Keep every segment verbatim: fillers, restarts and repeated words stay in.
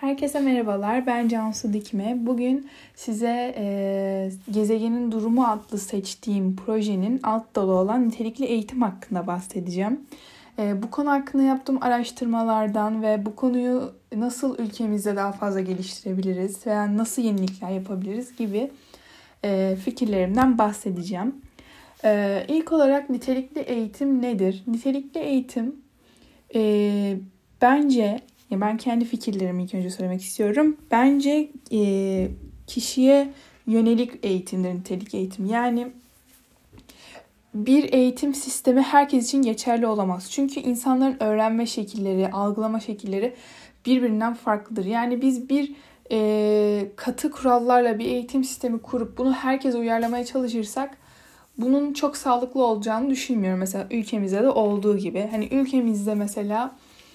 Herkese merhabalar, ben Cansu Dikme. Bugün size e, Gezegenin Durumu adlı seçtiğim projenin alt dalı olan nitelikli eğitim hakkında bahsedeceğim. E, bu konu hakkında yaptığım araştırmalardan ve bu konuyu nasıl ülkemizde daha fazla geliştirebiliriz veya nasıl yenilikler yapabiliriz gibi e, fikirlerimden bahsedeceğim. E, ilk olarak nitelikli eğitim nedir? Nitelikli eğitim e, bence... Ya ben kendi fikirlerimi ilk önce söylemek istiyorum. Bence e, kişiye yönelik eğitimdir nitelik eğitim. Yani bir eğitim sistemi herkes için geçerli olamaz. Çünkü insanların öğrenme şekilleri, algılama şekilleri birbirinden farklıdır. Yani biz bir e, katı kurallarla bir eğitim sistemi kurup bunu herkese uyarlamaya çalışırsak bunun çok sağlıklı olacağını düşünmüyorum. Mesela ülkemizde de olduğu gibi. Hani ülkemizde mesela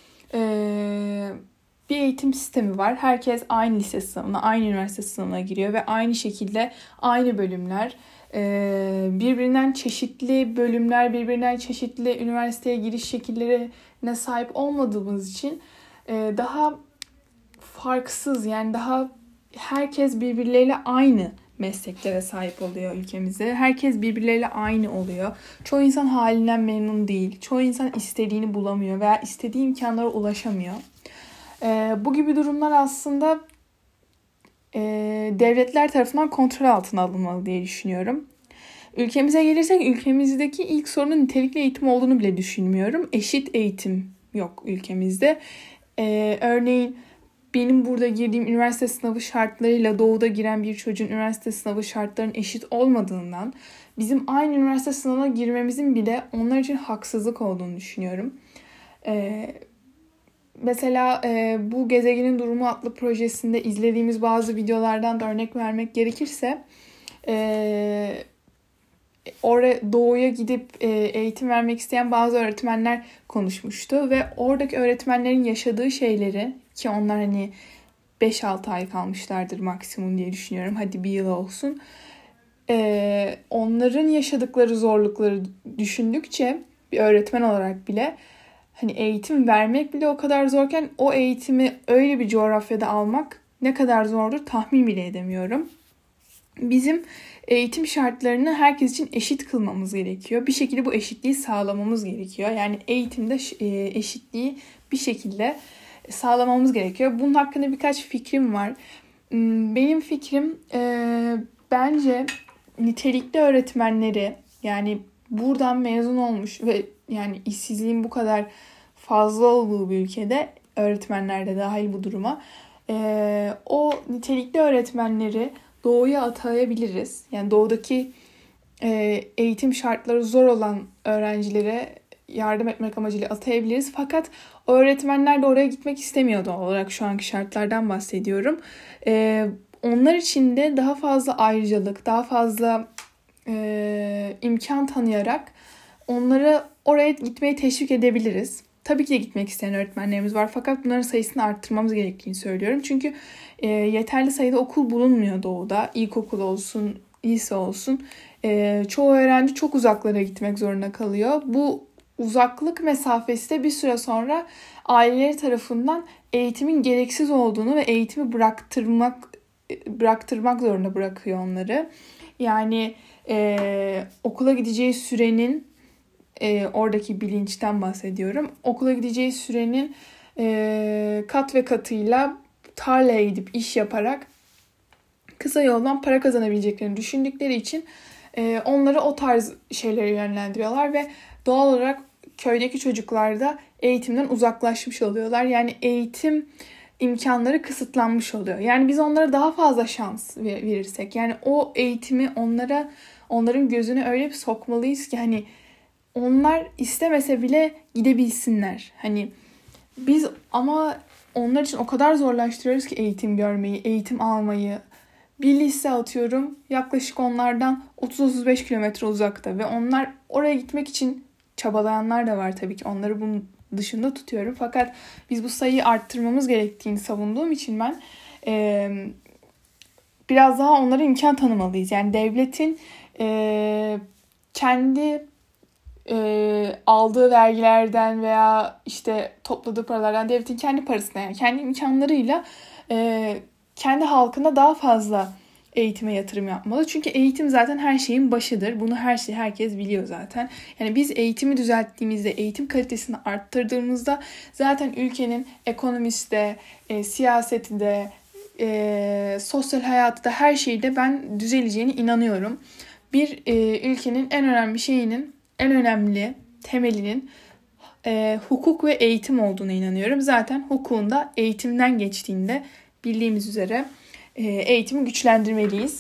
Ee, bir eğitim sistemi var. Herkes aynı lise sınavına, aynı üniversite sınavına giriyor ve aynı şekilde aynı bölümler, e, birbirinden çeşitli bölümler, birbirinden çeşitli üniversiteye giriş şekillerine sahip olmadığımız için e, daha farksız, yani daha herkes birbirleriyle aynı mesleklere sahip oluyor ülkemizde. Herkes birbirleriyle aynı oluyor. Çoğu insan halinden memnun değil. Çoğu insan istediğini bulamıyor veya istediği imkanlara ulaşamıyor. Ee, bu gibi durumlar aslında e, devletler tarafından kontrol altına alınmalı diye düşünüyorum. Ülkemize gelirsek ülkemizdeki ilk sorunun nitelikli eğitim olduğunu bile düşünmüyorum. Eşit eğitim yok ülkemizde. Ee, örneğin benim burada girdiğim üniversite sınavı şartlarıyla doğuda giren bir çocuğun üniversite sınavı şartlarının eşit olmadığından bizim aynı üniversite sınavına girmemizin bile onlar için haksızlık olduğunu düşünüyorum. Ee, mesela e, bu Gezegenin Durumu adlı projesinde izlediğimiz bazı videolardan da örnek vermek gerekirse e, oraya doğuya gidip e, eğitim vermek isteyen bazı öğretmenler konuşmuştu ve oradaki öğretmenlerin yaşadığı şeyleri, ki onlar hani beş altı ay kalmışlardır maksimum diye düşünüyorum. Hadi bir yıl olsun. Ee, onların yaşadıkları zorlukları düşündükçe bir öğretmen olarak bile hani eğitim vermek bile o kadar zorken o eğitimi öyle bir coğrafyada almak ne kadar zordur tahmin bile edemiyorum. Bizim eğitim şartlarını herkes için eşit kılmamız gerekiyor. Bir şekilde bu eşitliği sağlamamız gerekiyor. Yani eğitimde eşitliği bir şekilde sağlamamız gerekiyor. Bunun hakkında birkaç fikrim var. Benim fikrim e, bence nitelikli öğretmenleri, yani buradan mezun olmuş ve yani işsizliğin bu kadar fazla olduğu bir ülkede öğretmenler de dahil bu duruma, e, o nitelikli öğretmenleri doğuya atayabiliriz. Yani doğudaki e, eğitim şartları zor olan öğrencilere yardım etmek amacıyla atayabiliriz. Fakat öğretmenler de oraya gitmek istemiyor doğal olarak, şu anki şartlardan bahsediyorum. Ee, onlar için de daha fazla ayrıcalık, daha fazla e, imkan tanıyarak onları oraya gitmeye teşvik edebiliriz. Tabii ki de gitmek isteyen öğretmenlerimiz var fakat bunların sayısını arttırmamız gerektiğini söylüyorum. Çünkü e, yeterli sayıda okul bulunmuyor doğuda. İlkokul olsun, lise olsun. E, çoğu öğrenci çok uzaklara gitmek zorunda kalıyor. Bu uzaklık mesafesi de bir süre sonra aileleri tarafından eğitimin gereksiz olduğunu ve eğitimi bıraktırmak bıraktırmak zorunda bırakıyor onları. Yani e, okula gideceği sürenin e, oradaki bilinçten bahsediyorum. Okula gideceği sürenin e, kat ve katıyla tarlaya gidip iş yaparak kısa yoldan para kazanabileceklerini düşündükleri için e, onları o tarz şeylere yönlendiriyorlar ve doğal olarak köydeki çocuklar da eğitimden uzaklaşmış oluyorlar. Yani eğitim imkanları kısıtlanmış oluyor. Yani biz onlara daha fazla şans verirsek, yani o eğitimi onlara, onların gözüne öyle bir sokmalıyız ki hani onlar istemese bile gidebilsinler. Hani biz ama onlar için o kadar zorlaştırıyoruz ki eğitim görmeyi, eğitim almayı. Bir lise atıyorum yaklaşık onlardan otuz otuz beş kilometre uzakta ve onlar oraya gitmek için çabalayanlar da var tabii ki. Onları bunun dışında tutuyorum. Fakat biz bu sayıyı arttırmamız gerektiğini savunduğum için ben e, biraz daha onlara imkan tanımalıyız. Yani devletin e, kendi e, aldığı vergilerden veya işte topladığı paralardan, devletin kendi parasına, yani kendi imkanlarıyla e, kendi halkına daha fazla eğitime yatırım yapmalı. Çünkü eğitim zaten her şeyin başıdır. Bunu her şey herkes biliyor zaten. Yani biz eğitimi düzelttiğimizde, eğitim kalitesini arttırdığımızda zaten ülkenin ekonomisi de, e, siyasetinde, e, sosyal hayatı da, her şeyde ben düzeleceğine inanıyorum. Bir e, ülkenin en önemli şeyinin, en önemli temelinin e, hukuk ve eğitim olduğuna inanıyorum. Zaten hukukun da eğitimden geçtiğinde bildiğimiz üzere e, eğitimi güçlendirmeliyiz.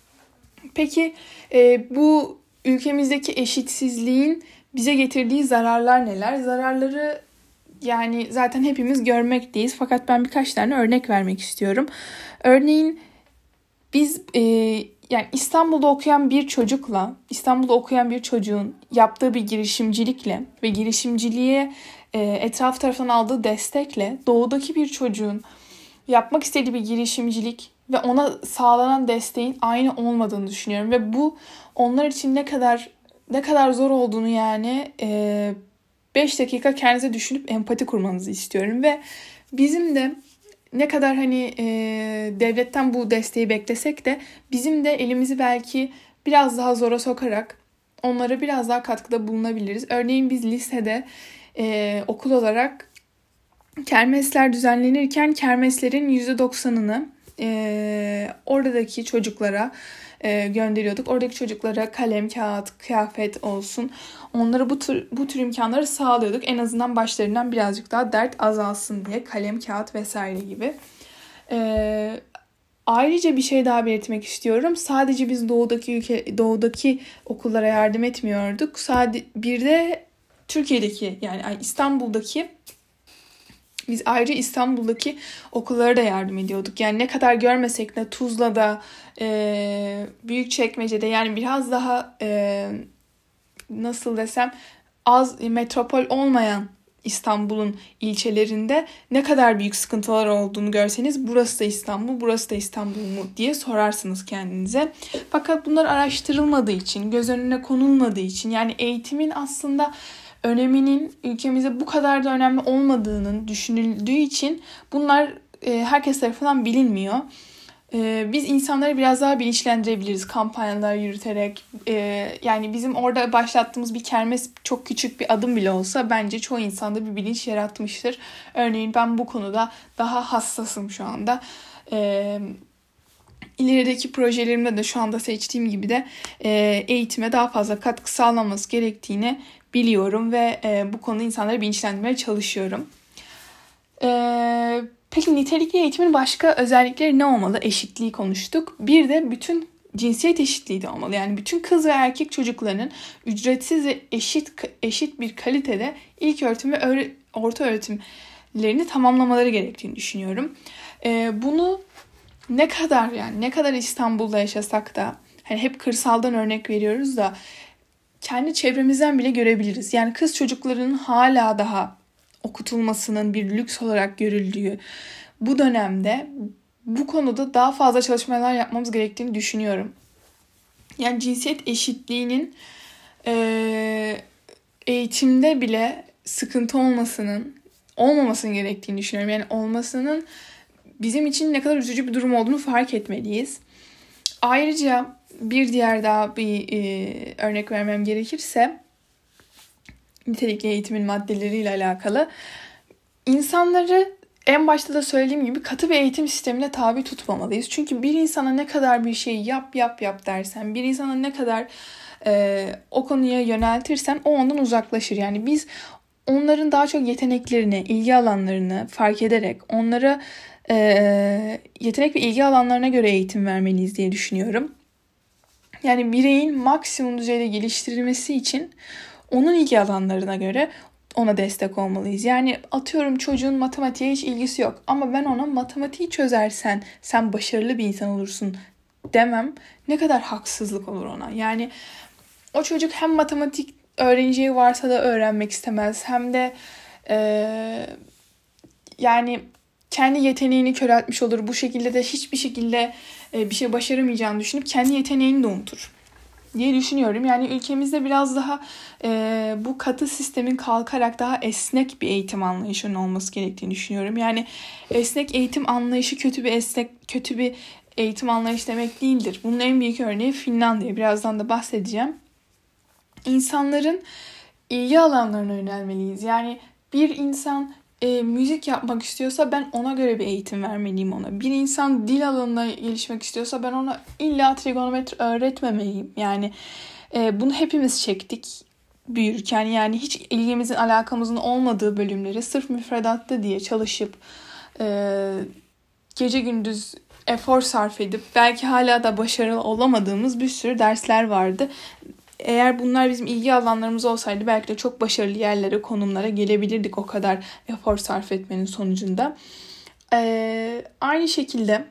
Peki e, bu ülkemizdeki eşitsizliğin bize getirdiği zararlar neler? Zararları yani zaten hepimiz görmekteyiz. Fakat ben birkaç tane örnek vermek istiyorum. Örneğin biz e, yani İstanbul'da okuyan bir çocukla, İstanbul'da okuyan bir çocuğun yaptığı bir girişimcilikle ve girişimciliğe e, etraf tarafından aldığı destekle doğudaki bir çocuğun yapmak istediği bir girişimcilik ve ona sağlanan desteğin aynı olmadığını düşünüyorum. Ve bu onlar için ne kadar ne kadar zor olduğunu yani beş dakika kendinize düşünüp empati kurmanızı istiyorum. Ve bizim de ne kadar hani e, devletten bu desteği beklesek de bizim de elimizi belki biraz daha zora sokarak onlara biraz daha katkıda bulunabiliriz. Örneğin biz lisede e, okul olarak kermesler düzenlenirken kermeslerin yüzde doksanını e, oradaki çocuklara e, gönderiyorduk. Oradaki çocuklara kalem, kağıt, kıyafet olsun, onlara bu tür, bu tür imkanları sağlıyorduk. En azından başlarından birazcık daha dert azalsın diye, kalem, kağıt vesaire gibi. E, ayrıca bir şey daha belirtmek istiyorum. Sadece biz doğudaki ülke, doğudaki okullara yardım etmiyorduk. Sadece bir de Türkiye'deki, yani İstanbul'daki, biz ayrıca İstanbul'daki okullara da yardım ediyorduk. Yani ne kadar görmesek de Tuzla'da, e, Büyükçekmece'de, yani biraz daha e, nasıl desem az metropol olmayan İstanbul'un ilçelerinde ne kadar büyük sıkıntılar olduğunu görseniz, burası da İstanbul, burası da İstanbul mu diye sorarsınız kendinize. Fakat bunlar araştırılmadığı için, göz önüne konulmadığı için, yani eğitimin aslında öneminin ülkemizde bu kadar da önemli olmadığının düşünüldüğü için bunlar e, herkes tarafından bilinmiyor. E, biz insanları biraz daha bilinçlendirebiliriz kampanyalar yürüterek. E, yani bizim orada başlattığımız bir kermes çok küçük bir adım bile olsa bence çoğu insanda bir bilinç yaratmıştır. Örneğin ben bu konuda daha hassasım şu anda. E, İlerideki projelerimde de şu anda seçtiğim gibi de e, eğitime daha fazla katkı sağlanması gerektiğini biliyorum ve e, bu konuda insanları bilinçlendirmeye çalışıyorum. E, peki nitelikli eğitimin başka özellikleri ne olmalı? Eşitliği konuştuk. Bir de bütün cinsiyet eşitliği de olmalı. Yani bütün kız ve erkek çocuklarının ücretsiz ve eşit eşit bir kalitede ilk öğretim ve öğre- orta öğretimlerini tamamlamaları gerektiğini düşünüyorum. E, bunu ne kadar yani ne kadar İstanbul'da yaşasak da, hani hep kırsaldan örnek veriyoruz da, kendi çevremizden bile görebiliriz. Yani kız çocuklarının hala daha okutulmasının bir lüks olarak görüldüğü bu dönemde bu konuda daha fazla çalışmalar yapmamız gerektiğini düşünüyorum. Yani cinsiyet eşitliğinin e, eğitimde bile sıkıntı olmasının, olmamasının gerektiğini düşünüyorum. Yani olmasının bizim için ne kadar üzücü bir durum olduğunu fark etmeliyiz. Ayrıca bir diğer daha bir e, örnek vermem gerekirse, nitelikli eğitimin maddeleriyle alakalı. İnsanları en başta da söylediğim gibi katı bir eğitim sistemine tabi tutmamalıyız. Çünkü bir insana ne kadar bir şey yap yap yap dersen, bir insana ne kadar e, o konuya yöneltirsen o ondan uzaklaşır. Yani biz onların daha çok yeteneklerini, ilgi alanlarını fark ederek onlara e, yetenek ve ilgi alanlarına göre eğitim vermeliyiz diye düşünüyorum. Yani bireyin maksimum düzeyde geliştirilmesi için onun ilgi alanlarına göre ona destek olmalıyız. Yani atıyorum çocuğun matematiğe hiç ilgisi yok ama ben ona matematiği çözersen sen başarılı bir insan olursun demem ne kadar haksızlık olur ona. Yani o çocuk hem matematik öğreneceği varsa da öğrenmek istemez, hem de e, yani kendi yeteneğini köreltmiş olur. Bu şekilde de hiçbir şekilde e, bir şey başaramayacağını düşünüp kendi yeteneğini de unutur. diye düşünüyorum. Yani ülkemizde biraz daha e, bu katı sistemin kalkarak daha esnek bir eğitim anlayışının olması gerektiğini düşünüyorum. Yani esnek eğitim anlayışı kötü bir esnek kötü bir eğitim anlayışı demek değildir. Bunun en büyük örneği Finlandiya. Birazdan da bahsedeceğim. İnsanların ilgi alanlarına yönelmeliyiz. Yani bir insan e, müzik yapmak istiyorsa ben ona göre bir eğitim vermeliyim ona. Bir insan dil alanına gelişmek istiyorsa ben ona illa trigonometri öğretmemeliyim. Yani e, bunu hepimiz çektik büyürken. Yani hiç ilgimizin alakamızın olmadığı bölümleri sırf müfredatta diye çalışıp e, gece gündüz efor sarf edip belki hala da başarılı olamadığımız bir sürü dersler vardı. Eğer bunlar bizim ilgi alanlarımız olsaydı belki de çok başarılı yerlere, konumlara gelebilirdik o kadar efor sarf etmenin sonucunda. Ee, aynı şekilde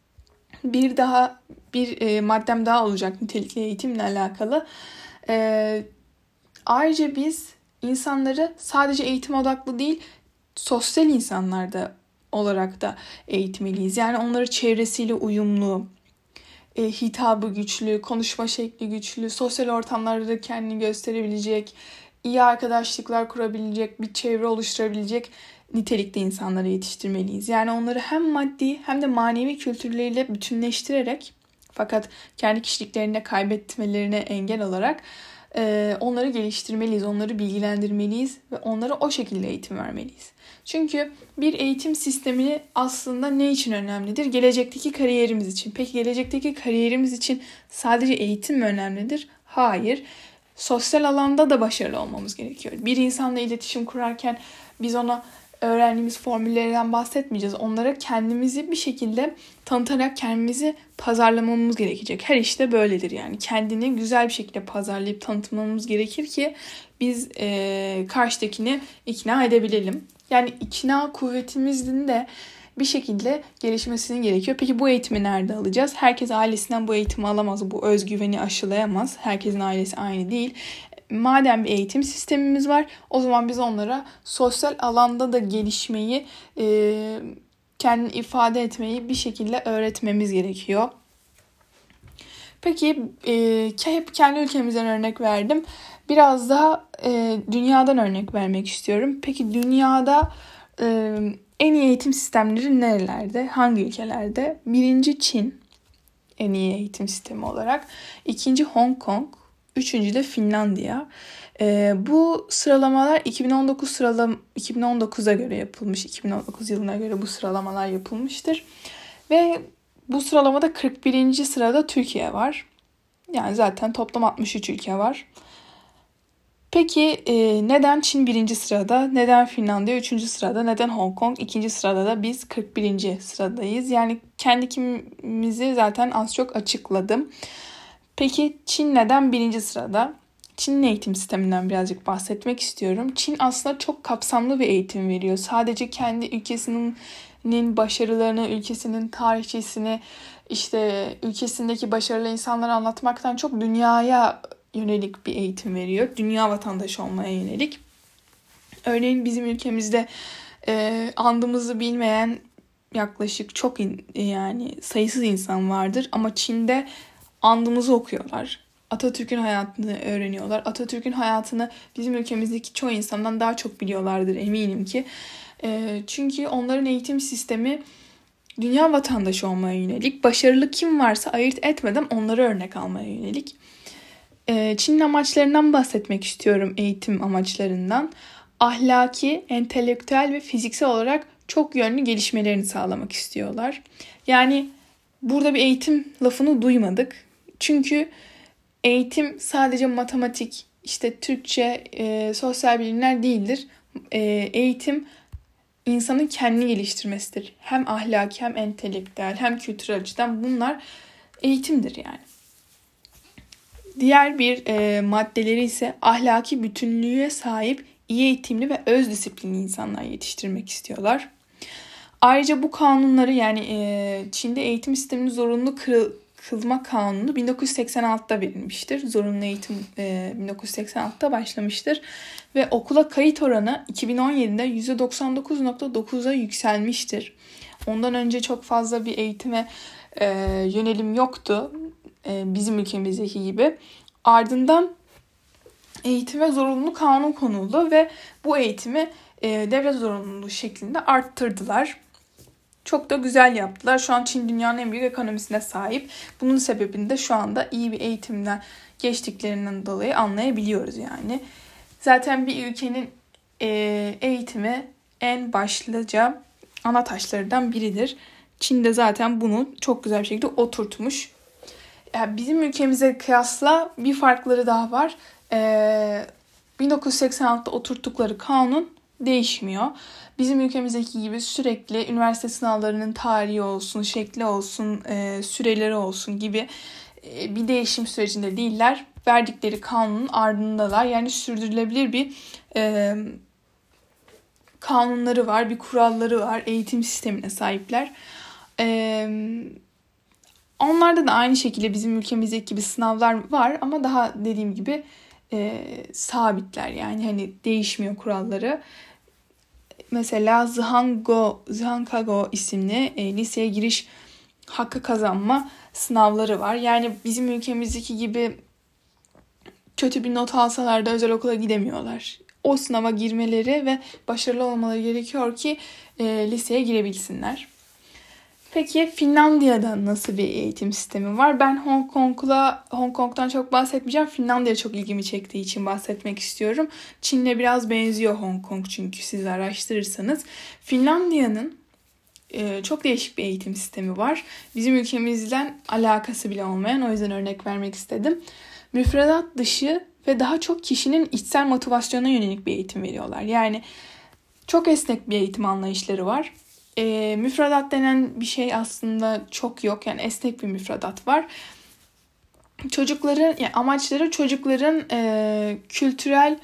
bir daha bir e, maddem daha olacak nitelikli eğitimle alakalı. Ee, ayrıca biz insanları sadece eğitim odaklı değil, sosyal insanlar da olarak da eğitmeliyiz. Yani onları çevresiyle uyumlu, E, hitabı güçlü, konuşma şekli güçlü, sosyal ortamlarda kendini gösterebilecek, iyi arkadaşlıklar kurabilecek, bir çevre oluşturabilecek nitelikte insanları yetiştirmeliyiz. Yani onları hem maddi hem de manevi kültürleriyle bütünleştirerek fakat kendi kişiliklerini kaybetmelerine engel olarak e, onları geliştirmeliyiz, onları bilgilendirmeliyiz ve onlara o şekilde eğitim vermeliyiz. Çünkü bir eğitim sistemi aslında ne için önemlidir? Gelecekteki kariyerimiz için. Peki gelecekteki kariyerimiz için sadece eğitim mi önemlidir? Hayır. Sosyal alanda da başarılı olmamız gerekiyor. Bir insanla iletişim kurarken biz ona öğrendiğimiz formüllerden bahsetmeyeceğiz. Onlara kendimizi bir şekilde tanıtarak kendimizi pazarlamamız gerekecek. Her işte böyledir yani. Kendini güzel bir şekilde pazarlayıp tanıtmamız gerekir ki biz e, karşıdakini ikna edebilelim. Yani ikna kuvvetimizin de bir şekilde gelişmesinin gerekiyor. Peki bu eğitimi nerede alacağız? Herkes ailesinden bu eğitimi alamaz. Bu özgüveni aşılayamaz. Herkesin ailesi aynı değil. Madem bir eğitim sistemimiz var, o zaman biz onlara sosyal alanda da gelişmeyi, e, kendini ifade etmeyi bir şekilde öğretmemiz gerekiyor. Peki e, hep kendi ülkemizden örnek verdim. Biraz daha e, dünyadan örnek vermek istiyorum. Peki dünyada e, en iyi eğitim sistemleri nerelerde? Hangi ülkelerde? Birinci Çin en iyi eğitim sistemi olarak. İkinci Hong Kong. Üçüncü de Finlandiya. E, bu sıralamalar iki bin on dokuz sıralam iki bin on dokuza göre yapılmış. iki bin on dokuz yılına göre bu sıralamalar yapılmıştır. Ve bu sıralamada kırk birinci sırada Türkiye var. Yani zaten toplam altmış üç ülke var. Peki e, neden Çin birinci sırada, neden Finlandiya üçüncü sırada, neden Hong Kong ikinci sırada da biz kırk birinci sıradayız? Yani kendi kimimizi zaten az çok açıkladım. Peki Çin neden birinci sırada? Çin'in eğitim sisteminden birazcık bahsetmek istiyorum. Çin aslında çok kapsamlı bir eğitim veriyor. Sadece kendi ülkesinin başarılarını, ülkesinin tarihçesini, işte ülkesindeki başarılı insanları anlatmaktan çok dünyaya yönelik bir eğitim veriyor. Dünya vatandaşı olmaya yönelik. Örneğin bizim ülkemizde e, andımızı bilmeyen yaklaşık çok in, yani sayısız insan vardır. Ama Çin'de andımızı okuyorlar. Atatürk'ün hayatını öğreniyorlar. Atatürk'ün hayatını bizim ülkemizdeki çoğu insandan daha çok biliyorlardır eminim ki. E, çünkü onların eğitim sistemi dünya vatandaşı olmaya yönelik. Başarılı kim varsa ayırt etmeden onları örnek almaya yönelik. Çin'in amaçlarından bahsetmek istiyorum, eğitim amaçlarından. Ahlaki, entelektüel ve fiziksel olarak çok yönlü gelişmelerini sağlamak istiyorlar. Yani burada bir eğitim lafını duymadık. Çünkü eğitim sadece matematik, işte Türkçe, e, sosyal bilimler değildir. E, eğitim insanın kendini geliştirmesidir. Hem ahlaki hem entelektüel hem kültürel açıdan bunlar eğitimdir yani. Diğer bir e, maddeleri ise ahlaki bütünlüğe sahip, iyi eğitimli ve öz disiplinli insanlar yetiştirmek istiyorlar. Ayrıca bu kanunları yani e, Çin'de eğitim sisteminin zorunlu kıl, kılma kanunu bin dokuz yüz seksen altıda verilmiştir. Zorunlu eğitim e, bin dokuz yüz seksen altıda başlamıştır. Ve okula kayıt oranı iki bin on yedide yüzde doksan dokuz virgül dokuza yükselmiştir. Ondan önce çok fazla bir eğitime e, yönelim yoktu. Bizim ülkemizdeki gibi. Ardından eğitime zorunlu kanun konuldu ve bu eğitimi e, devlet zorunluluğu şeklinde arttırdılar. Çok da güzel yaptılar. Şu an Çin dünyanın en büyük ekonomisine sahip. Bunun sebebini de şu anda iyi bir eğitimden geçtiklerinden dolayı anlayabiliyoruz yani. Zaten bir ülkenin e, eğitimi en başlıca ana taşlarından biridir. Çin de zaten bunu çok güzel bir şekilde oturtmuş. Yani bizim ülkemize kıyasla bir farkları daha var. Ee, bin dokuz yüz seksen altıda oturttukları kanun değişmiyor. Bizim ülkemizdeki gibi sürekli üniversite sınavlarının tarihi olsun, şekli olsun, e, süreleri olsun gibi e, bir değişim sürecinde değiller. Verdikleri kanunun ardındalar. Yani sürdürülebilir bir e, kanunları var, bir kuralları var. Eğitim sistemine sahipler. E, onlarda da aynı şekilde bizim ülkemizdeki gibi sınavlar var ama daha dediğim gibi e, sabitler. Yani hani değişmiyor kuralları. Mesela Zhango, Zhankago isimli e, liseye giriş hakkı kazanma sınavları var. Yani bizim ülkemizdeki gibi kötü bir not alsalar da özel okula gidemiyorlar. O sınava girmeleri ve başarılı olmaları gerekiyor ki e, liseye girebilsinler. Peki Finlandiya'da nasıl bir eğitim sistemi var? Ben Hong Kong'la Hong Kong'dan çok bahsetmeyeceğim. Finlandiya çok ilgimi çektiği için bahsetmek istiyorum. Çin'le biraz benziyor Hong Kong çünkü siz araştırırsanız. Finlandiya'nın e, çok değişik bir eğitim sistemi var. Bizim ülkemizden alakası bile olmayan, o yüzden örnek vermek istedim. Müfredat dışı ve daha çok kişinin içsel motivasyona yönelik bir eğitim veriyorlar. Yani çok esnek bir eğitim anlayışları var. E, müfredat denen bir şey aslında çok yok. Yani esnek bir müfredat var. Çocukların, yani amaçları çocukların e, kültürel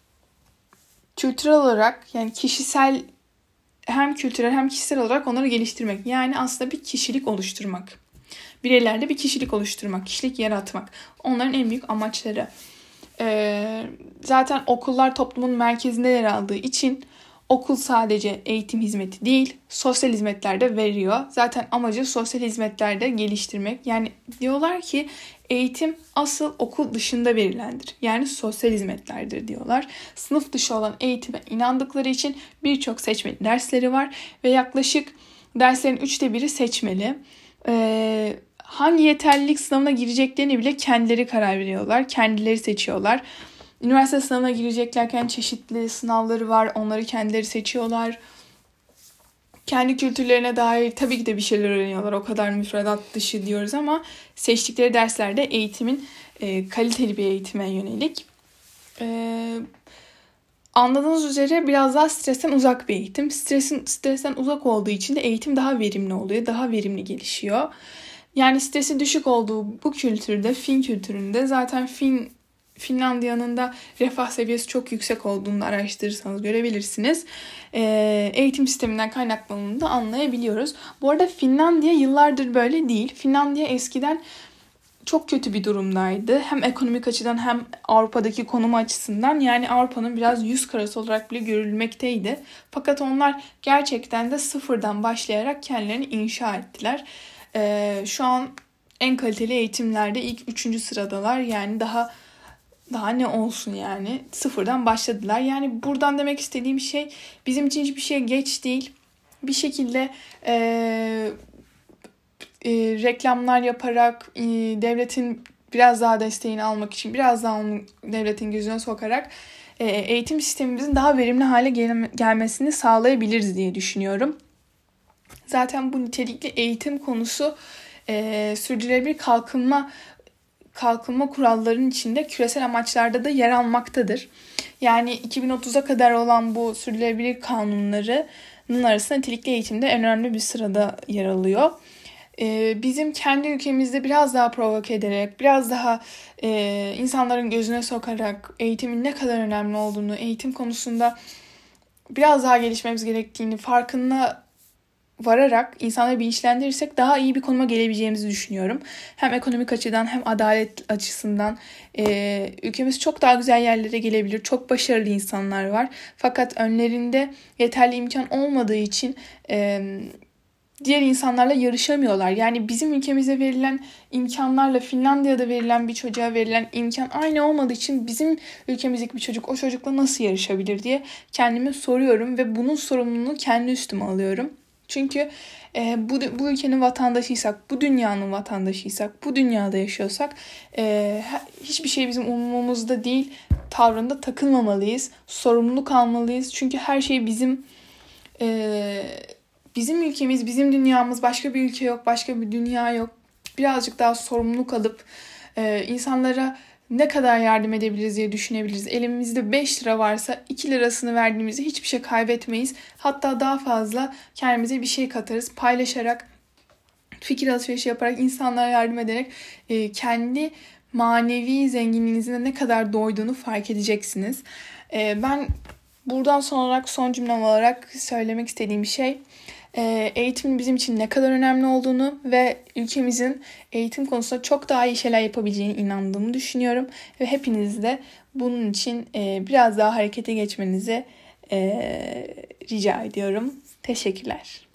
kültürel olarak, yani kişisel, hem kültürel hem kişisel olarak onları geliştirmek. Yani aslında bir kişilik oluşturmak. Bireylerde bir kişilik oluşturmak, kişilik yaratmak. Onların en büyük amaçları. E, zaten okullar toplumun merkezinde yer aldığı için okul sadece eğitim hizmeti değil, sosyal hizmetler de veriyor. Zaten amacı sosyal hizmetlerde geliştirmek. Yani diyorlar ki eğitim asıl okul dışında verilendir. Yani sosyal hizmetlerdir diyorlar. Sınıf dışı olan eğitime inandıkları için birçok seçmeli dersleri var ve yaklaşık derslerin üçte biri seçmeli. Ee, hangi yeterlilik sınavına gireceklerini bile kendileri karar veriyorlar. Kendileri seçiyorlar. Üniversite sınavına gireceklerken çeşitli sınavları var. Onları kendileri seçiyorlar. Kendi kültürlerine dair tabii ki de bir şeyler öğreniyorlar. O kadar müfredat dışı diyoruz ama seçtikleri derslerde eğitimin e, kaliteli bir eğitime yönelik. E, anladığınız üzere biraz daha stresten uzak bir eğitim. Stresin, stresten uzak olduğu için de eğitim daha verimli oluyor. Daha verimli gelişiyor. Yani stresin düşük olduğu bu kültürde, Fin kültüründe zaten Fin Finlandiya'nın da refah seviyesi çok yüksek olduğunu araştırırsanız görebilirsiniz. Ee, eğitim sisteminden kaynaklandığını da anlayabiliyoruz. Bu arada Finlandiya yıllardır böyle değil. Finlandiya eskiden çok kötü bir durumdaydı. Hem ekonomik açıdan hem Avrupa'daki konumu açısından. Yani Avrupa'nın biraz yüz karası olarak bile görülmekteydi. Fakat onlar gerçekten de sıfırdan başlayarak kendilerini inşa ettiler. Ee, şu an en kaliteli eğitimlerde ilk üçüncü sıradalar. Yani daha Daha ne olsun yani. Sıfırdan başladılar. Yani buradan demek istediğim şey bizim için hiçbir şey geç değil. Bir şekilde e, e, reklamlar yaparak e, devletin biraz daha desteğini almak için biraz daha onu devletin gözüne sokarak e, eğitim sistemimizin daha verimli hale gel- gelmesini sağlayabiliriz diye düşünüyorum. Zaten bu nitelikli eğitim konusu e, sürdürülebilir kalkınma kalkınma kurallarının içinde küresel amaçlarda da yer almaktadır. Yani iki bin otuza kadar olan bu sürdürülebilir kanunlarının arasında nitelikli eğitimde en önemli bir sırada yer alıyor. Ee, bizim kendi ülkemizde biraz daha provoke ederek, biraz daha e, insanların gözüne sokarak eğitimin ne kadar önemli olduğunu, eğitim konusunda biraz daha gelişmemiz gerektiğini farkında vararak insanları bilinçlendirirsek daha iyi bir konuma gelebileceğimizi düşünüyorum. Hem ekonomik açıdan hem adalet açısından e, ülkemiz çok daha güzel yerlere gelebilir. Çok başarılı insanlar var. Fakat önlerinde yeterli imkan olmadığı için e, diğer insanlarla yarışamıyorlar. Yani bizim ülkemize verilen imkanlarla Finlandiya'da verilen bir çocuğa verilen imkan aynı olmadığı için bizim ülkemizdeki bir çocuk o çocukla nasıl yarışabilir diye kendime soruyorum ve bunun sorumluluğunu kendi üstüme alıyorum. Çünkü e, bu, bu ülkenin vatandaşıysak, bu dünyanın vatandaşıysak, bu dünyada yaşıyorsak e, hiçbir şey bizim umurumuzda değil tavrında takılmamalıyız. Sorumluluk almalıyız. Çünkü her şey bizim e, bizim ülkemiz, bizim dünyamız, başka bir ülke yok, başka bir dünya yok. Birazcık daha sorumluluk alıp e, insanlara ne kadar yardım edebiliriz diye düşünebiliriz. Elimizde beş lira varsa iki lirasını verdiğimizde hiçbir şey kaybetmeyiz. Hatta daha fazla kendimize bir şey katarız. Paylaşarak, fikir alışverişi yaparak, insanlara yardım ederek e, kendi manevi zenginliğinizin ne kadar doyduğunu fark edeceksiniz. E, ben buradan son olarak son cümlem olarak söylemek istediğim şey eğitimin bizim için ne kadar önemli olduğunu ve ülkemizin eğitim konusunda çok daha iyi şeyler yapabileceğine inandığımı düşünüyorum. Ve hepiniz de bunun için biraz daha harekete geçmenizi rica ediyorum. Teşekkürler.